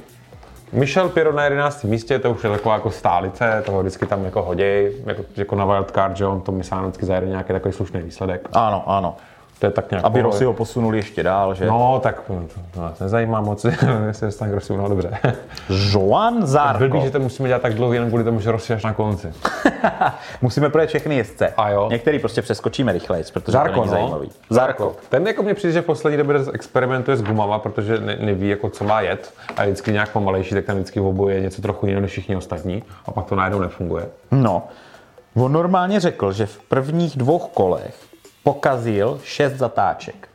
Michel Pirot na 11. místě, to už je taková jako stálice, toho vždycky tam jako hoděj, jako na wildcard, že on to myslá vždycky zajede nějaký takový slušný výsledek. Ano. To je tak nějak. Aby Rossi ho posunuli ještě dál, že? No, tak to nás nezajímá moc, jestli je tam Rossi, no dobře. Joan Zarco. Blbý, že to musíme dělat tak dlouho, jen kvůli tomu, že Rossi až na konci. Musíme projet všechny jezdce. A jo. Některý prostě přeskočíme rychleji, protože Zarco, to není zajímavý. Zarco. Ten jako mě přijde, že v poslední době experimentuje s gumama, protože neví, jako co má jet a je vždycky nějak pomalejší, tak tam vždycky v oboji je něco trochu jiného než všichni ostatní a pak to najednou nefunguje. No, on normálně řekl, že v prvních 2 kolech pokazil 6 zatáček.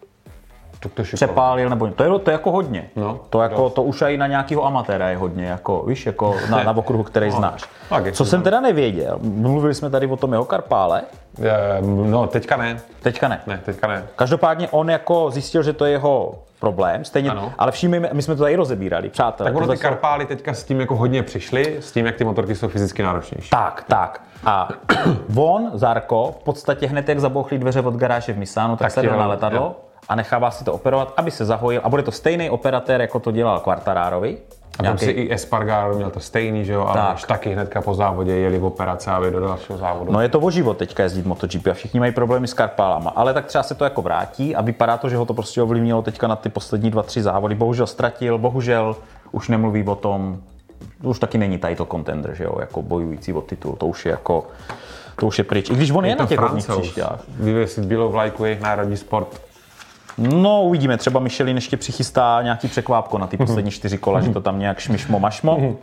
Přepálil nebo to je jako hodně. No, to už i na nějakého amatéra je hodně, jako víš, jako na okruhu, který znáš. Co jsem teda nevěděl, mluvili jsme tady o tom jeho Karpále. No, teďka ne. Teďka ne. Ne, teďka ne. Každopádně on jako zjistil, že to je jeho problém, stejně, ale všimněme, my jsme to tady rozebírali, přátelé. Tak ono ty Karpály teďka s tím jako hodně přišli, s tím, jak ty motorky jsou fyzicky náročnější. Tak. A on, Zarco, v podstatě hned jak zabouchli dveře od garáže v Missánu, tak sedl na letadlo a nechává si to operovat, aby se zahojil. A bude to stejný operatér, jako to dělal Quartararovi. A tam si i Espargaro měl to stejný, že jo, ale už taky hnedka po závodě jeli v operaci a do dalšího závodu. No je to o život teďka jezdit MotoGP a všichni mají problémy s Karpálama, ale tak třeba se to jako vrátí a vypadá to, že ho to prostě ovlivnilo teďka na ty poslední 2-3 závody. Bohužel ztratil, bohužel už nemluví o tom, už taky není title contender, že jo, jako bojující o titul, to už je pryč. I když on je na těch hodných příštích. Vyvěsit bílou vlajku, jejich národní sport. No, uvidíme, třeba Michelin ještě přichystá nějaký překvápko na ty poslední 4 kola, že to tam nějak šmišmo mašmo.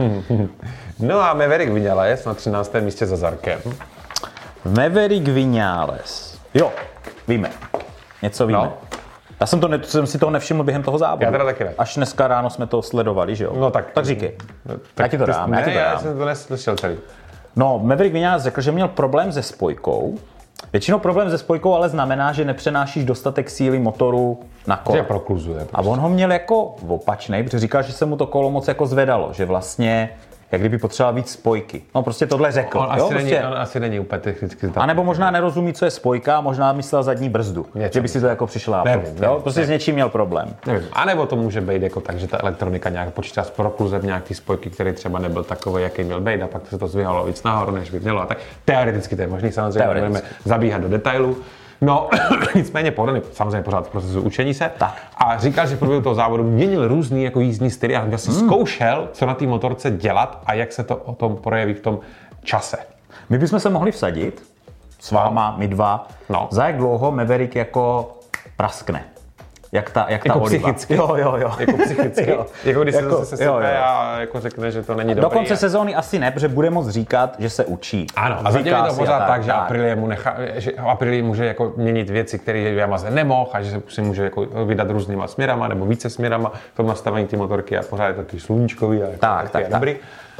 No a Maverick Viñales na 13. místě za Zarkem. Maverick Viñales. Jo, víme. Něco víme. No. Já jsem si toho nevšiml během toho závodu. Já teda taky ne. Až dneska ráno jsme to sledovali, že jo? No tak říkej. Já ti to dám. Já jsem to neslyšel celý. No, Maverick Viñales řekl, že měl problém se spojkou. Většinou problém se spojkou ale znamená, že nepřenášíš dostatek síly motoru na kolo. Že prokluzuje. Prostě. A on ho měl jako opačnej, protože říkal, že se mu to kolo moc jako zvedalo, že vlastně jak kdyby potřeboval víc spojky. No prostě tohle řekl. On asi není úplně technicky. A nebo možná nerozumí, co je spojka, možná myslel zadní brzdu. Že by si to jako přišlápl. Prostě s něčím měl problém. Nevím. A nebo to může být jako tak, že ta elektronika nějak počítá s prokluzem nějaký spojky, který třeba nebyl takový, jaký měl být, a pak se to zvyhalo víc nahoru, než by mělo. A tak teoreticky to je možný, samozřejmě budeme zabíhat do detailu. No, nicméně podaný samozřejmě pořád v procesu učení se. Tak. A říkal, že v průběhu toho závodu měnil různý jako jízdní styly a si zkoušel, co na té motorce dělat a jak se to o tom projeví v tom čase. My bychom se mohli vsadit s váma, my dva, za jak dlouho Maverick jako praskne. Jak ta jako oliva. Psychicky. Jo. Jako psychicky. Jo. Jako když se zase sesype a jako řekne, že to není dobrý. Do konce sezóny asi ne, protože bude moct říkat, že se učí. Ano, a zatím je to pořád tak, že Aprilia může jako měnit věci, které Yamaha nemohl, a že si může jako vydat různýma směrama nebo více směrama v tom nastavení ty motorky a pořád je taky sluníčkový a jako tak. dobrý.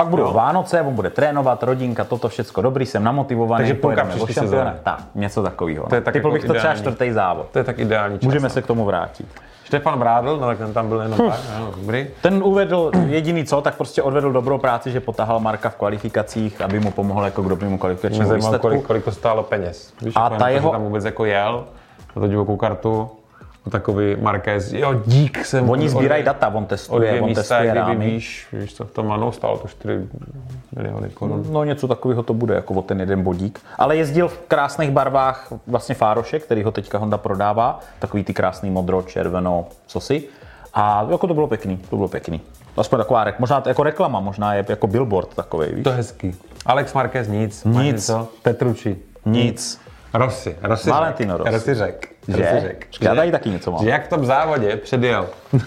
Pak budou Vánoce, on bude trénovat, rodinka, toto všecko dobrý, jsem namotivovaný. Takže půlka příští sezóny. Tak, něco takového. To je tak Typl jako bych to třeba ideální. 4. závod. To je tak ideální čas. Můžeme se k tomu vrátit. Štefan Brádl, no tak ten tam byl jenom tak, no, dobrý. Ten uvedl jediný co, tak prostě odvedl dobrou práci, že potahal Marka v kvalifikacích, aby mu pomohl jako k dobrému kvalifikačnímu výsledku. Kolik to stálo peněz. Víš, A jako ta jeho... že tam vůbec jako jel na tu divokou kartu. Takový Marquez, jo, dík jsem... Oni sbírají data, on testuje rámy. Víš, co to Mano stálo, to 4 miliony korun. No něco takového to bude, jako o ten jeden bodík. Ale jezdil v krásných barvách vlastně Fároše, který ho teďka Honda prodává. Takový ty krásný modro, červeno, cosi. A jako to bylo pěkný. Aspoň taková, možná jako reklama, možná je jako billboard takovej, víš. To je hezký. Alex Marquez nic. Petrucci. Nic. Rossi Valentino Rossi. Rossi řek. Já tady taky něco mám. Že jak v tom závodě předjel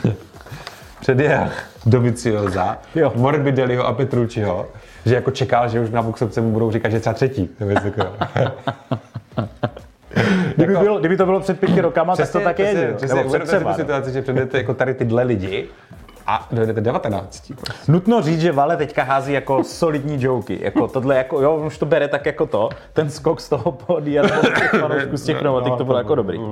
Dovizioso, Morbidelliho a Petrucciho, že jako čekal, že už na boxovce mu budou říkat, že třeba třetí. Kdyby to bylo před 5 rokama, tak to tak je. Přesně, uvedete si situaci, že předjdete jako tady tyhle lidi a dojedete 19. Nutno říct, že Vale teďka hází jako solidní joky. Jako tohle, jako, jo, už to bere tak jako to. Ten skok z toho pódia z těch pneumatik, to bylo jako dobrý.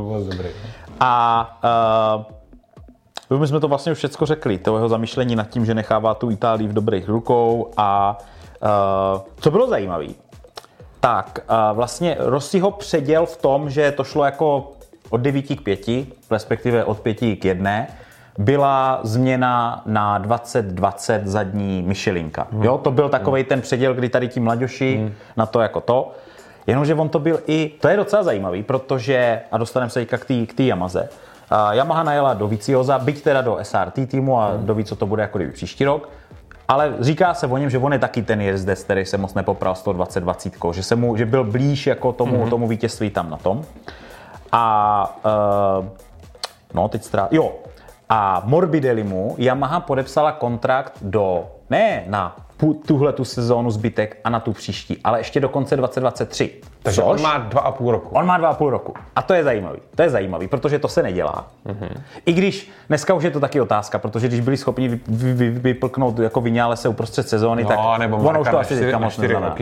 A my jsme to vlastně už všecko řekli. To jeho zamýšlení nad tím, že nechává tu Itálii v dobrých rukou. A co bylo zajímavé, tak vlastně Rossi ho předěl v tom, že to šlo jako od 9 k 5, respektive od 5 k 1. Byla změna na 2020 zadní Michelinka. Jo, to byl takovej ten předěl, kdy tady ti mladěši na to jako to. Jenomže on to byl i, to je docela zajímavý, protože, a dostaneme se teďka k té Yamaze, Yamaha najela do Viciosa, byť teda do SRT týmu a doví, co to bude jako kdyby příští rok, ale říká se o něm, že on je taky ten jezdec, který se moc nepopral s tou 2020, že byl blíž jako tomu vítězství tam na tom. A a Morbidellimu Yamaha podepsala kontrakt ne na tuhle tu sezónu zbytek a na tu příští, ale ještě do konce 2023. Takže on má 2,5 roku. On má 2,5 roku. A to je zajímavý. Protože to se nedělá. I když dneska už je to taky otázka, protože když byli schopni vyplknout jako Viñale se uprostřed sezóny, tak ono už to asi teďka moc neznamená.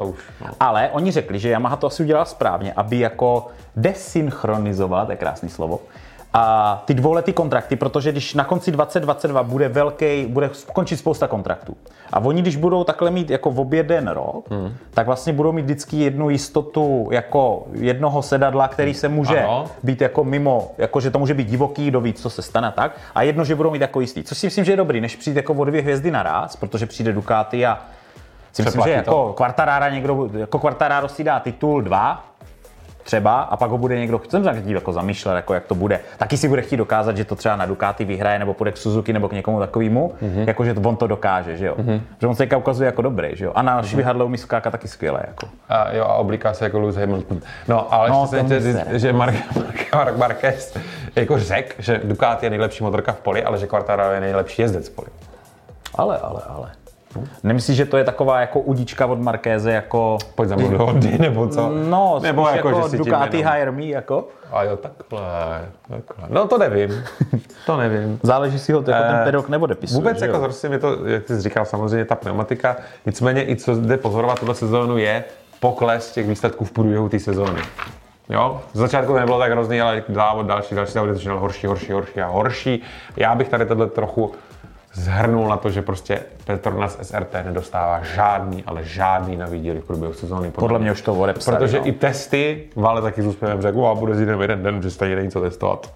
Ale oni řekli, že Yamaha to asi udělala správně, aby jako desynchronizovala, to je krásný slovo, a ty dvouletý kontrakty, protože když na konci 2022 bude končit spousta kontraktů. A oni, když budou takhle mít jako v jeden rok, tak vlastně budou mít vždycky jednu jistotu jako jednoho sedadla, který se může být jako mimo, jako že to může být divoký, kdo ví, co se stane tak. A jedno, že budou mít jako jistý. Což si myslím, že je dobrý, než přijít jako o 2 hvězdy naraz, protože přijde Ducati a si myslím, že jako Quartararo si dá titul 2, třeba, a pak ho bude někdo, chcem se jako zamýšlet, jako jak to bude. Taky si bude chtít dokázat, že to třeba na Ducati vyhraje, nebo půjde k Suzuki, nebo k někomu takovému, jako že on to dokáže, že jo. Že on se teďka ukazuje jako dobrý, že jo. A na švihadle umí skákat taky skvěle, jako. A oblíká se jako Lewis Hamilton. No, ale ještě jsem chtěl říct, že Mark Marquez jako řekl, že Ducati je nejlepší motorka v poli, ale že Quartararo je nejlepší jezdec v poli. Ale. Nemyslíš, že to je taková jako udička od Markéze, jako... Pojď za mnou do Hondy, nebo co? No, nebo jako že Ducati hire me, jako? A jo, takhle. No to nevím. Záleží si ho, jako ten pedok neodepisuje. Vůbec jako zase mi to, jak jsi říkal, samozřejmě ta pneumatika, nicméně i co jde pozorovat tuto sezónu je pokles těch výsledků v průběhu té sezóny. Jo, z začátku to nebylo tak hrozný, ale další závody začínaly horší. Já bych tady tohle trochu zhrnul na to, že prostě Petronas SRT nedostává žádný nový díly v průběhu sezóny. Podle mě už to odepsali. Protože i testy, Vale taky s úspěvem řekl, a bude zjít jeden den, že stejně není co testovat.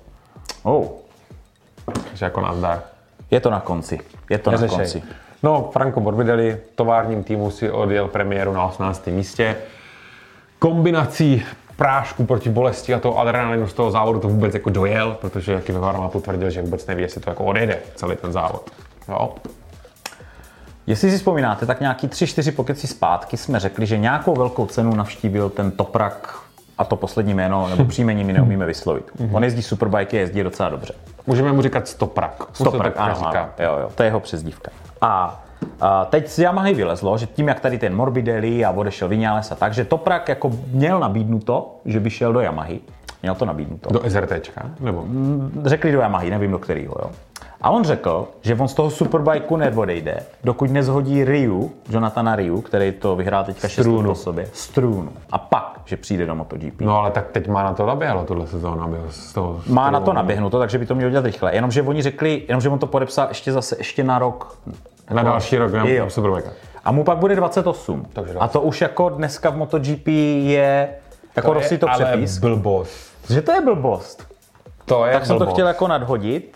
Takže jako nazdar. Je to na konci. No, Franco Morbidelli v továrním týmu si odjel premiéru na 18. místě. Kombinací prášku proti bolesti a toho adrenalinu z toho závodu to vůbec jako dojel, protože jaký ve Varmatu tvrdil, že vůbec neví, jestli to jako odjede celý ten závod. Jo. Jestli si vzpomínáte, tak nějaký 3-4 pokeci zpátky jsme řekli, že nějakou velkou cenu navštívil ten Toprak, a to poslední jméno nebo příjmení mi neumíme vyslovit. On jezdí superbike, jezdí docela dobře. Můžeme mu říkat Stoprak. Stoprak, ano, to je jeho přezdívka. A teď z Yamahy vylezlo, že tím, jak tady ten Morbidelli a odešel Viñales a tak, že Toprak jako měl nabídnuto, že by šel do Yamahy. Měl to nabídnuto. Do SRTčka? Nebo? Řekli do Yamahy, nevím do kterého, jo. A on řekl, že on z toho Superbikeu neodejde, dokud nezhodí Jonathana Riu, který to vyhrál teďka 6 let po sobě, strůnu. A pak, že přijde do MotoGP. No ale tak teď má na to naběhlo tuhle sezónu. Má na to naběhnuto, takže by to mělo dělat rychle. Jenomže oni řekli, jenomže on to podepsal ještě na rok. Na další rok, na Superbike. A mu pak bude 28. A to už jako dneska v MotoGP je, jako Rossi to přepis. Ale blbost. Že to je blbost. To je tak jsem blbost. to chtěl jako nadhodit.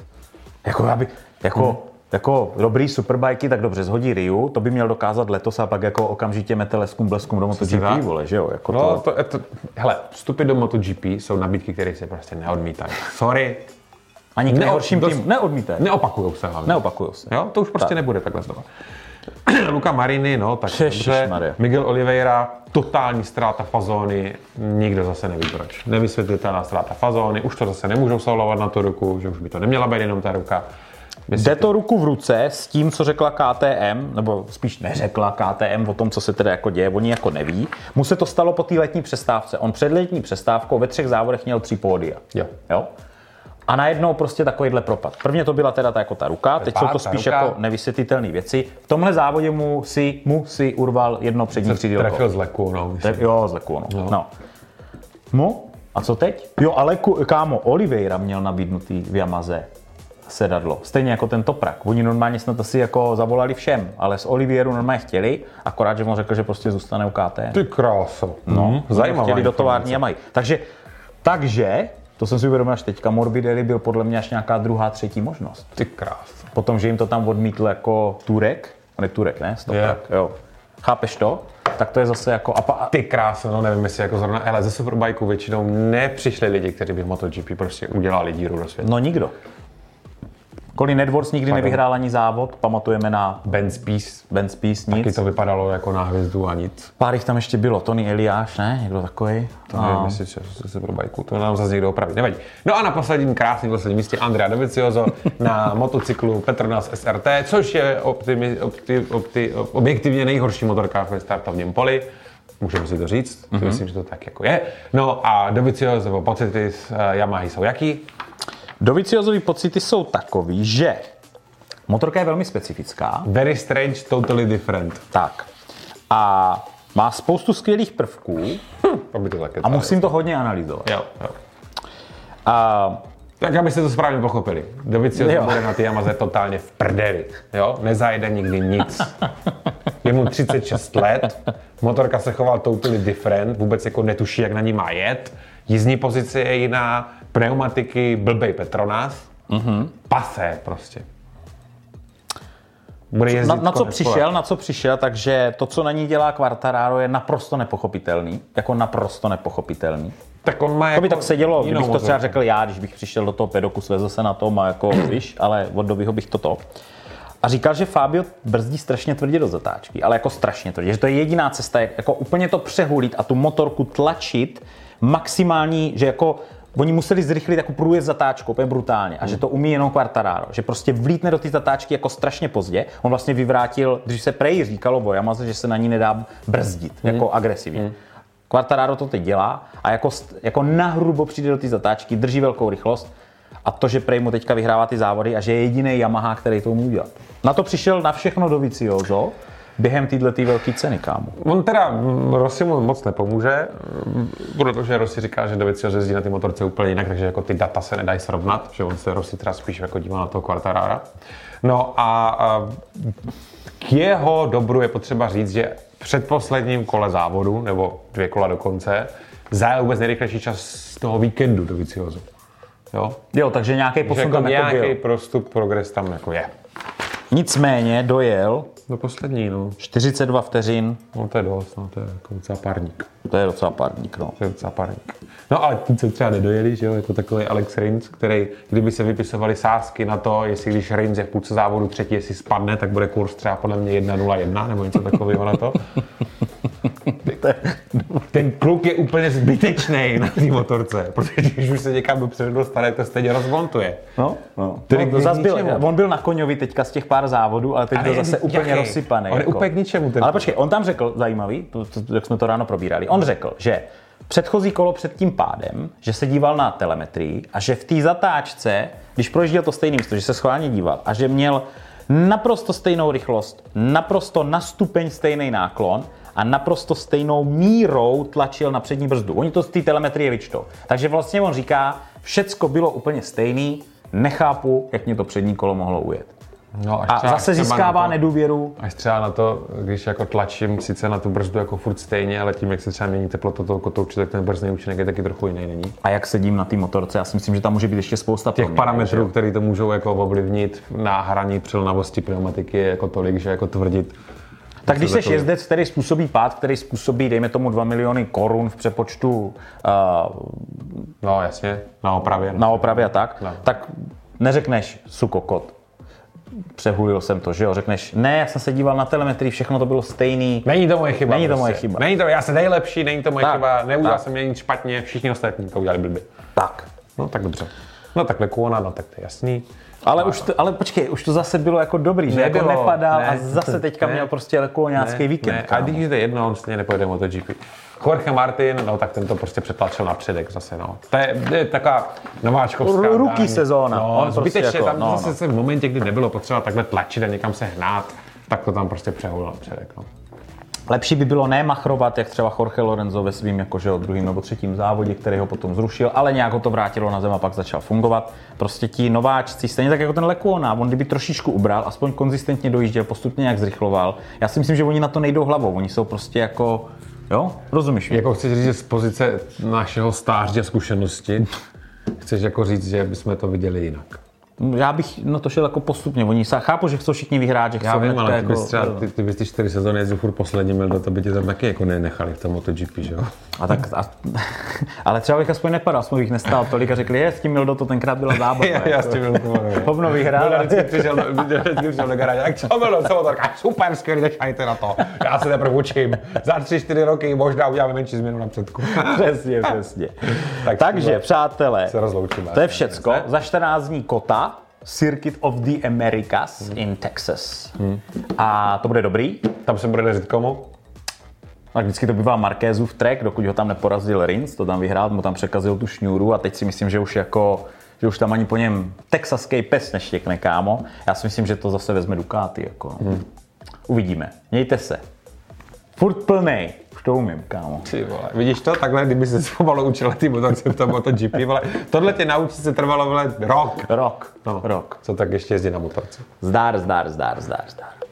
Jako dobrý superbajky, tak dobře zhodí Riu, to by měl dokázat letos a pak jako okamžitě mete leskům bleskům do MotoGP, vole, že jo? Jako no, hele, vstupy do MotoGP jsou nabídky, které se prostě neodmítají. Sorry. Ani k nejhorším týmu. Neodmítají. Neopakujou se hlavně. Neopakujou se. Jo, to už prostě nebude takhle znova. Luca Marini, no, tak dobře. Miguel Oliveira, totální ztráta fazóny, nikdo zase neví proč. Nevysvětlitelná ztráta fazóny, už to zase nemůžou solovat na tu ruku, že už by to neměla být jenom ta ruka. Jde to ruku v ruce s tím, co řekla KTM, nebo spíš neřekla KTM o tom, co se tedy jako děje, oni jako neví. Mu se to stalo po té letní přestávce. On před letní přestávkou ve 3 závodech měl 3 pódia. Jo? A najednou prostě takovýhle propad. Prvně to byla teda ta ruka, teď jsou to spíš jako nevysvětlitelné věci. V tomhle závodě mu si urval jedno přední křídílko. Trefil z leku, no. Jo, z leku, no. A co teď? Jo, ale kámo, Oliveira měl nabídnutý v Yamaze sedadlo. Stejně jako ten Toprak. Oni normálně snad asi jako zavolali všem, ale s Olivieru normálně chtěli, akorát, že on řekl, že prostě zůstane u KTM. Ty kráso. No, zajímavé. Chtěli do továrny Yamahy. Takže to jsem si uvědomil až teďka, Morbidelli byl podle mě až nějaká 2., 3. možnost. Ty krás. Potom, že jim to tam odmítl jako Turek, on je Turek, ne? Stoprak, jo. Chápeš to? Tak to je zase jako... Ty kráso, no nevím, jestli jako zrovna, hele, ze Superbikeu většinou nepřišli lidi, kteří by v MotoGP prostě udělali díru do světa. No nikdo. Colin Edwards nikdy nevyhrál ani závod, pamatujeme na Ben Spies, nic. Taky to vypadalo jako na hvězdu a nic. Pár jich tam ještě bylo, Tony Eliáš, ne? Někdo takový. To nevím, jestli se pro bajku, to nám zase někdo opraví, nevadí. No a na posledním místě Andrea Dovizioso na motocyklu Petronas SRT, což je objektivně nejhorší motorka ve startovním poli. Můžeme si to říct, myslím, že to tak jako je. No a Dovizioso pocity z Yamahy jsou jaký? Doviciozový pocity jsou takový, že motorka je velmi specifická. Very strange, totally different. Tak. A má spoustu skvělých prvků a musím to hodně analyzovat. Jo. Tak abyste to správně pochopili. Dovizioso bude na té Yamaze totálně v prdeli. Jo? Nezajde nikdy nic. Je mu 36 let, motorka se choval totally different, vůbec jako netuší, jak na ní má jet. Jízdní pozice je jiná, pneumatiky, blbej Petronas, pasé prostě. Bude jezdit na co přišel, takže to, co na ní dělá Quartararo, je naprosto nepochopitelný. Jako naprosto nepochopitelný. Tak on má to by tak sedělo, kdybych to třeba řekl já, když bych přišel do toho pedoku, svezl se na tom a jako, víš, ale od Dovyho bych toto. A říkal, že Fabio brzdí strašně tvrdě do zatáčky, ale jako strašně tvrdě, že to je jediná cesta, jak jako úplně to přehulit a tu motorku tlačit maximální, že jako oni museli zrychlit jako průjezd zatáčkou, úplně brutálně, a že to umí jenom Quartararo, že prostě vlítne do té zatáčky jako strašně pozdě. On vlastně vyvrátil, když se prej říkalo o Yamaze, že se na ní nedá brzdit, jako agresivně. Quartararo to teď dělá a jako nahrubo přijde do té zatáčky, drží velkou rychlost a to, že prej mu teďka vyhrává ty závody a že je jediný Yamaha, který to umí udělat. Na to přišel na všechno Dovizioso během této velké ceny, kámo. On teda Rossi mu moc nepomůže, protože Rossi říká, že Dovizioso jezdí na ty motorce úplně jinak, takže jako ty data se nedají srovnat, že on se Rossi teda spíš jako dívá na toho Quartarara. No a k jeho dobru je potřeba říct, že před posledním kole závodu, nebo 2 kola do konce, zajel vůbec nejrychlejší čas z toho víkendu Dovizioso. Jo, takže nějaký posun jako tam nějaký prostup, progres tam jako je. Nicméně dojel do poslední, 42 vteřin. No to je dost, to je jako docela párník. To je docela párník, To je docela párník. No ale ti, co třeba nedojeli, že jo, jako takový Alex Rins, který, kdyby se vypisovaly sázky na to, jestli když Rins je v půlce závodu třetí, jestli spadne, tak bude kurz třeba podle mě 1.01 nebo něco takového na to. Ten kluk je úplně zbytečný na té motorce, protože když už se někam dopředu dostane, to stejně rozmontuje. On byl na Koňovi teďka z těch pár závodů, ale teď byl zase úplně rozsypaný. On je úplně k ničemu. Ale počkej, on tam řekl, zajímavý, jak jsme to ráno probírali, on řekl, že předchozí kolo před tím pádem, že se díval na telemetrii a že v té zatáčce, když projížděl to stejné místo, že se schválně díval a že měl naprosto stejnou rychlost, naprosto na stupeň stejný náklon a naprosto stejnou mírou tlačil na přední brzdu. Oni to z té telemetrie vyčtou. Takže vlastně on říká, všecko bylo úplně stejný, nechápu, jak mě to přední kolo mohlo ujet. No, a zase získává nedůvěru. Až třeba na to, když jako tlačím sice na tu brzdu jako furt stejně, ale tím, jak se třeba mění teplota toho kotouče, tak ten brzdný účinek je taky trochu jiný, není? A jak sedím na té motorce, já si myslím, že tam může být ještě spousta těch parametrů, které to můžou jako ovlivnit na hraní přilnavosti pneumatiky, je jako tolik, že jako tvrdit. Tak když jsi jezdec, který způsobí pád, který způsobí, dejme tomu 2 miliony korun v přepočtu no jasně, na opravě a tak, tak neřekneš sukokot. Přehulil jsem to, že jo? Řekneš, ne, já jsem se díval na telemetrii, všechno to bylo stejný. Není to moje chyba. Není to moje chyba. Není to, já jsem nejlepší, není to moje chyba, neudělal jsem nic špatně, všichni ostatní to udělali blbě. Tak. No tak dobře. No tak Lekuona, no tak to je jasný. Ale počkej, už to zase bylo jako dobrý, že nebylo, jako nepadal a zase teďka měl prostě Lekuoňácký víkend. A když je to jedno, on stejně nepojede MotoGP. Jorge Martin, no tak ten to prostě přetlačil na předek zase, no. To je taková nováčkovská rookie sezóna. No, zbytečně prostě jako, tam zase v momentě, kdy nebylo potřeba takhle tlačit a někam se hnát, tak to tam prostě přehulil na předek, no. Lepší by bylo nemachrovat, jak třeba Jorge Lorenzo ve svým jakože druhým nebo třetím závodě, který ho potom zrušil, ale nějak ho to vrátilo na zem a pak začal fungovat. Prostě ti nováčci, stejně tak jako ten Lekuona, on kdyby trošičku ubral, aspoň konzistentně dojížděl, postupně nějak zrychloval. Já si myslím, že oni na to nejdou hlavou, oni jsou prostě jako, jo, rozumíš? Jako chceš říct, že z pozice našeho stáří a zkušenosti chceš jako říct, že bychom to viděli jinak. Já bych na to šel jako postupně. Oni chápu, že chcou všichni vyhrát, že chcou. Já vím, ale jako, ty bys ty 4 sezóny jezdil furt poslední, to by tě tam taky jako nenechali v tom MotoGP, že jo? Ale třeba bych aspoň nepadal, aspoň bych nestál tolik a řekli, s tím Mildo to tenkrát byla zábava. Já s tím Mildo. Hovno vyhrál. Vždycky přišel do garáže, jak co Mildo, co motorka, super, skvělý, nechajte na to. Já se teprve učím. Za 3-4 roky možná uděláme menší změnu na předku. Přesně. Takže, přátelé, to je všecko. Za 14 dní Kota. Circuit of the Americas in Texas. A to bude dobrý. Tam se bude dařit komu? Tak vždycky to bývá Marquezův track, dokud ho tam neporazil Rins, to tam vyhrál, mu tam překazil tu šňůru a teď si myslím, že už tam ani po něm texaský pes neštěkne, kámo. Já si myslím, že to zase vezme Ducati. Jako. Uvidíme. Mějte se. Furt plnej. Už to umím, kámo. Ty vole. Vidíš to? Takhle, kdyby se pomalu učil ty motorce v tom MotoGP, vole. Tohle tě naučit se trvalo, vole, rok. Rok. Co tak ještě jezdí na motorce? Zdár.